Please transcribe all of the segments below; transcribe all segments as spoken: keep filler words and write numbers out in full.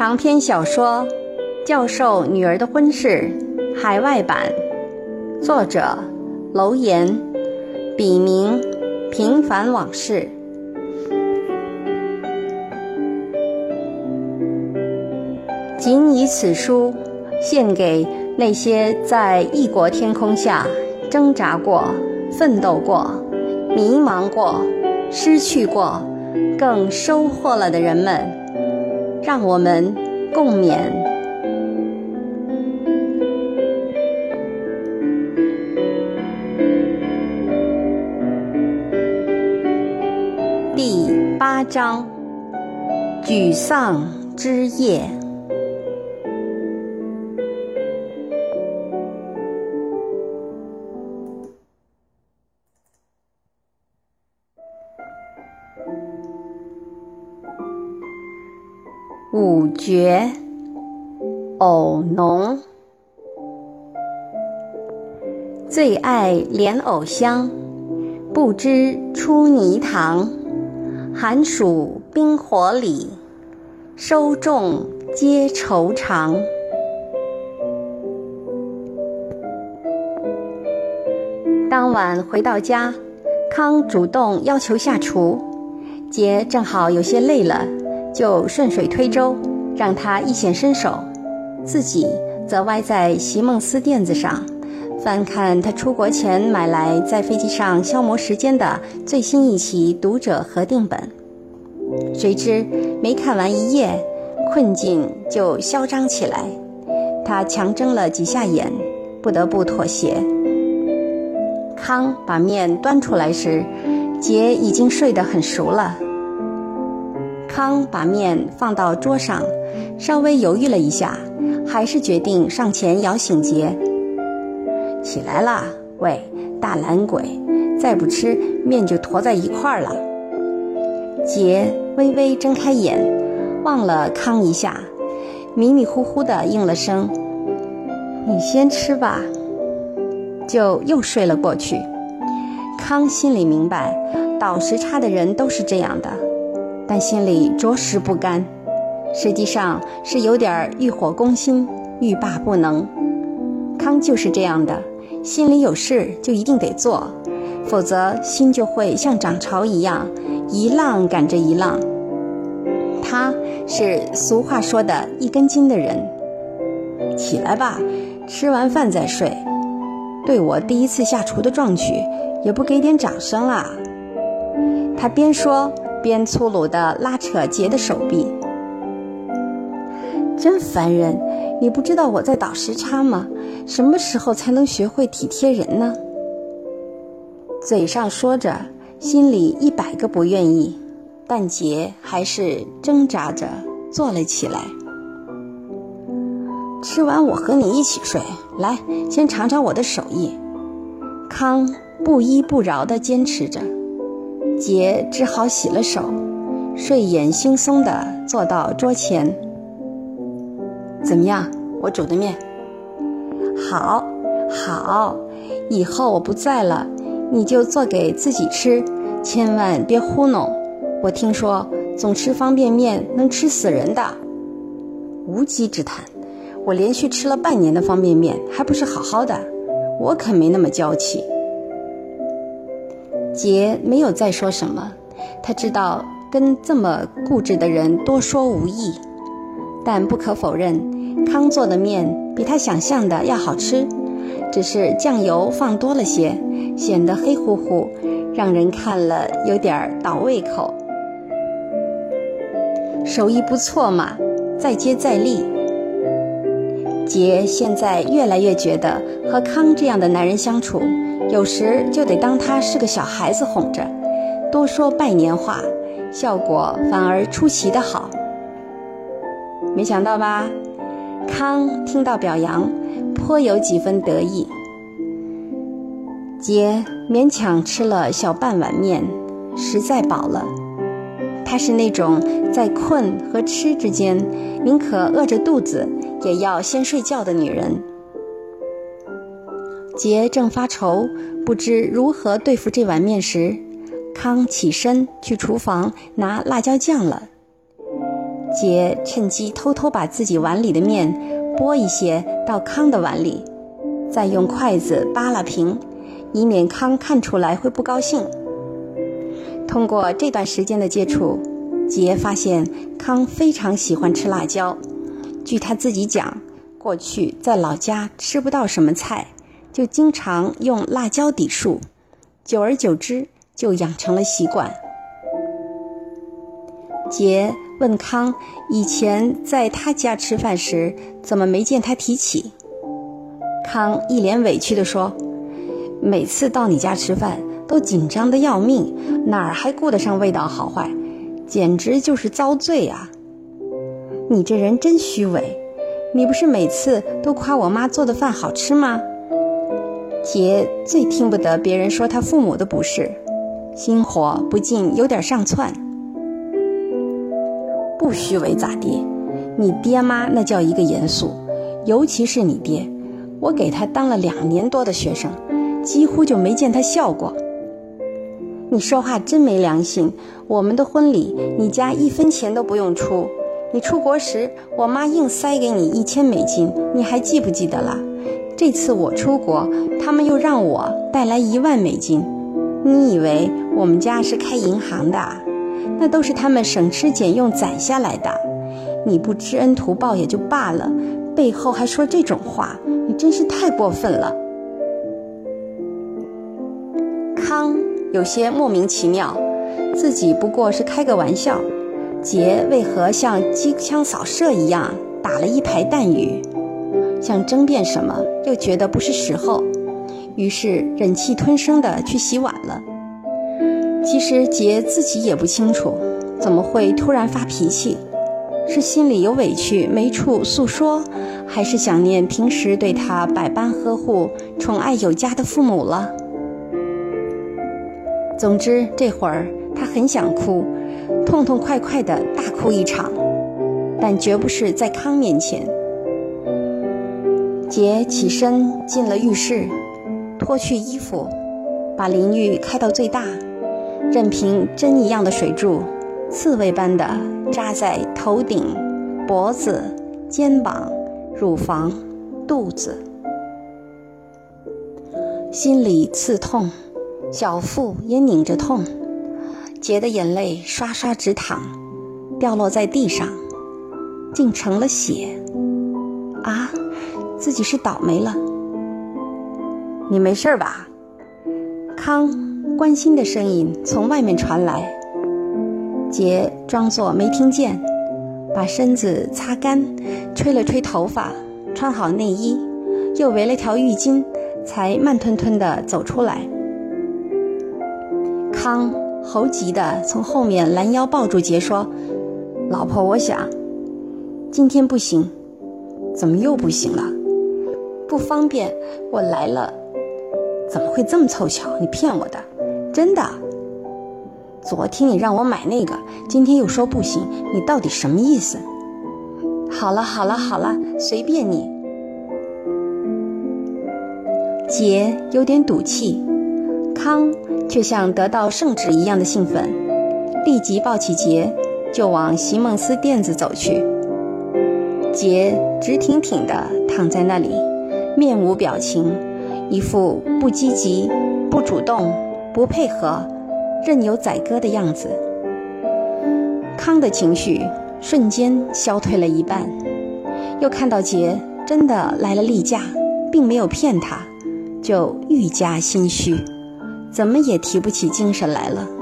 长篇小说《教授女儿的婚事》海外版，作者楼岩，笔名平凡往事。仅以此书献给那些在异国天空下挣扎过、奋斗过、迷茫过、失去过，更收获了的人们，让我们共勉。第八章，沮丧之夜。五绝，藕浓，最爱莲藕香，不知出泥塘。寒暑冰火里，收种皆愁长。当晚回到家，康主动要求下厨，杰正好有些累了，就顺水推舟，让他一显身手，自己则歪在席梦思垫子上，翻看他出国前买来在飞机上消磨时间的最新一期读者核定本。谁知没看完一页，困境就嚣张起来，他强睁了几下眼，不得不妥协。康把面端出来时，杰已经睡得很熟了。康把面放到桌上，稍微犹豫了一下，还是决定上前摇醒杰。起来啦，喂，大懒鬼，再不吃面就坨在一块儿了。杰微微睁开眼，望了康一下，迷迷糊糊地应了声你先吃吧，就又睡了过去。康心里明白，倒时差的人都是这样的，但心里着实不甘，实际上是有点欲火攻心，欲罢不能。康就是这样的，心里有事就一定得做，否则心就会像涨潮一样，一浪赶着一浪。他是俗话说的一根筋的人。起来吧，吃完饭再睡。对我第一次下厨的壮举，也不给点掌声啊。他边说边粗鲁地拉扯杰的手臂。真烦人，你不知道我在倒时差吗？什么时候才能学会体贴人呢？嘴上说着，心里一百个不愿意，但杰还是挣扎着坐了起来。吃完我和你一起睡，来，先尝尝我的手艺。康不依不饶地坚持着，杰只好洗了手，睡眼惺忪地坐到桌前。怎么样，我煮的面？好，好，以后我不在了，你就做给自己吃，千万别糊弄。我听说总吃方便面能吃死人的。无稽之谈，我连续吃了半年的方便面，还不是好好的，我可没那么娇气。杰没有再说什么，他知道跟这么固执的人多说无益，但不可否认，康做的面比他想象的要好吃，只是酱油放多了些，显得黑乎乎，让人看了有点倒胃口。手艺不错嘛，再接再厉。杰现在越来越觉得和康这样的男人相处，有时就得当他是个小孩子哄着，多说拜年话，效果反而出奇的好。没想到吧？康听到表扬，颇有几分得意。杰勉强吃了小半碗面，实在饱了。她是那种在困和吃之间，宁可饿着肚子也要先睡觉的女人。杰正发愁不知如何对付这碗面时，康起身去厨房拿辣椒酱了。 杰趁机偷偷把自己碗里的面拨一些到康的碗里，再用筷子扒拉平，以免康看出来会不高兴。通过这段时间的接触，杰发现康非常喜欢吃辣椒。据他自己讲，过去在老家吃不到什么菜，就经常用辣椒抵数，久而久之就养成了习惯。杰问康以前在他家吃饭时怎么没见他提起。康一脸委屈地说，每次到你家吃饭都紧张得要命，哪儿还顾得上味道好坏，简直就是遭罪啊！你这人真虚伪，你不是每次都夸我妈做的饭好吃吗？杰最听不得别人说他父母的不是，心火不禁有点上窜。不虚伪咋地？你爹妈那叫一个严肃，尤其是你爹，我给他当了两年多的学生，几乎就没见他笑过。你说话真没良心，我们的婚礼你家一分钱都不用出，你出国时我妈硬塞给你一千美金，你还记不记得了？这次我出国，他们又让我带来一万美金，你以为我们家是开银行的啊？那都是他们省吃俭用攒下来的，你不知恩图报也就罢了，背后还说这种话，你真是太过分了。康有些莫名其妙，自己不过是开个玩笑，杰为何像机枪扫射一样打了一排弹语，想争辩什么又觉得不是时候，于是忍气吞声地去洗碗了。其实杰自己也不清楚怎么会突然发脾气，是心里有委屈没处诉说，还是想念平时对他百般呵护宠爱有加的父母了。总之这会儿他很想哭，痛痛快快地大哭一场，但绝不是在康面前。杰起身进了浴室，脱去衣服，把淋浴开到最大，任凭针一样的水柱刺猬般的扎在头顶、脖子、肩膀、乳房、肚子，心里刺痛，小腹也拧着痛，杰的眼泪刷刷直淌，掉落在地上，竟成了血。啊，自己是倒霉了。你没事吧？康关心的声音从外面传来。杰装作没听见，把身子擦干，吹了吹头发，穿好内衣，又围了条浴巾，才慢吞吞地走出来。康猴急地从后面拦腰抱住杰说，老婆，我想今天不行。怎么又不行了？不方便，我来了。怎么会这么凑巧？你骗我的，真的。昨天你让我买那个，今天又说不行，你到底什么意思？好了好了好了，随便你。杰有点赌气，康却像得到圣旨一样的兴奋，立即抱起杰就往席梦思店子走去。杰直挺挺地躺在那里，面无表情，一副不积极、不主动、不配合、任由宰割的样子。康的情绪瞬间消退了一半，又看到杰真的来了例假，并没有骗他，就愈加心虚，怎么也提不起精神来了。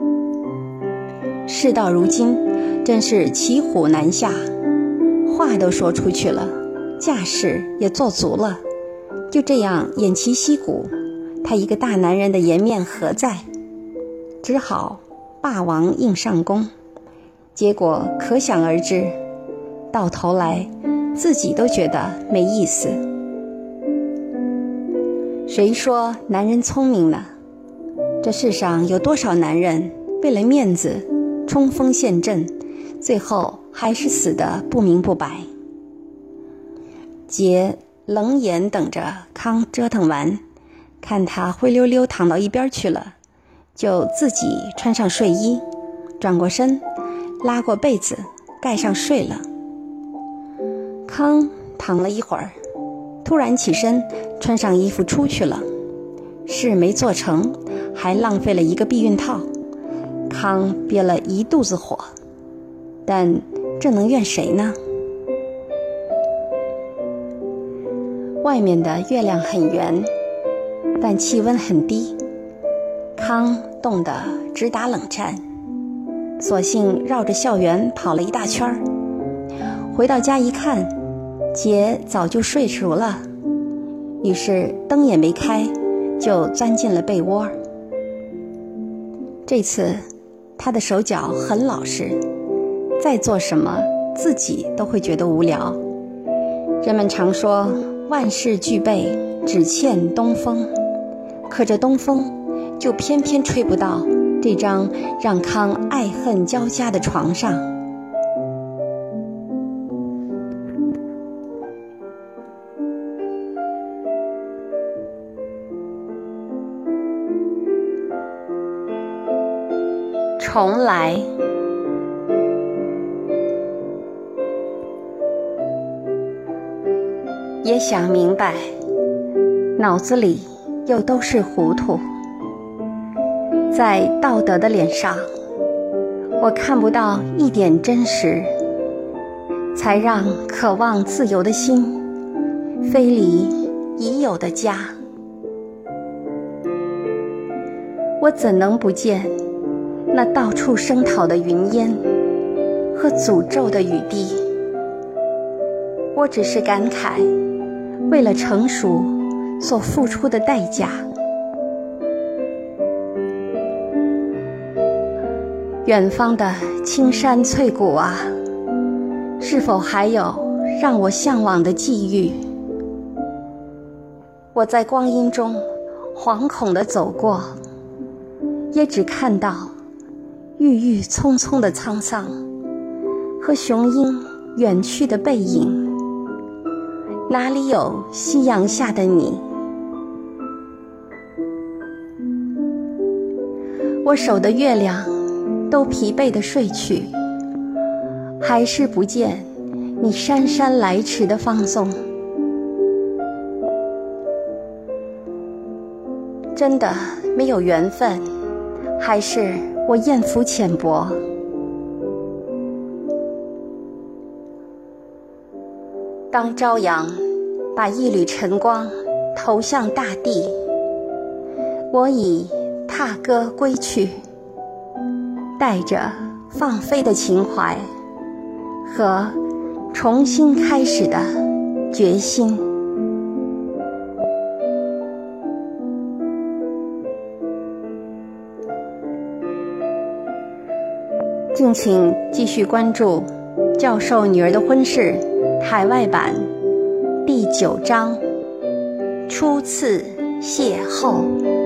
事到如今，真是骑虎难下，话都说出去了，架势也做足了，就这样偃旗息鼓，他一个大男人的颜面何在？只好霸王硬上弓，结果可想而知，到头来自己都觉得没意思。谁说男人聪明呢？这世上有多少男人为了面子冲锋陷阵，最后还是死得不明不白。杰冷眼等着康折腾完，看他灰溜溜躺到一边去了，就自己穿上睡衣，转过身，拉过被子， 盖上睡了。康躺了一会儿，突然起身穿上衣服出去了，事没做成，还浪费了一个避孕套。康憋了一肚子火，但这能怨谁呢？外面的月亮很圆，但气温很低，康冻得直打冷战，索性绕着校园跑了一大圈儿。回到家一看，杰早就睡熟了，于是灯也没开，就钻进了被窝。这次他的手脚很老实，再做什么自己都会觉得无聊。人们常说万事俱备，只欠东风，可这东风就偏偏吹不到这张让康爱恨交加的床上。重来。也想明白，脑子里又都是糊涂。在道德的脸上，我看不到一点真实，才让渴望自由的心飞离已有的家。我怎能不见那到处声讨的云烟和诅咒的雨滴？我只是感慨，为了成熟所付出的代价。远方的青山翠谷啊，是否还有让我向往的际遇？我在光阴中惶恐地走过，也只看到郁郁葱葱的沧桑和雄鹰远去的背影，哪里有夕阳下的你？我守的月亮都疲惫地睡去，还是不见你姗姗来迟的放纵。真的没有缘分，还是我艳福浅薄？当朝阳把一缕晨光投向大地，我已踏歌归去，带着放飞的情怀和重新开始的决心。敬请继续关注《教授女儿的婚事》海外版第九章，初次邂逅。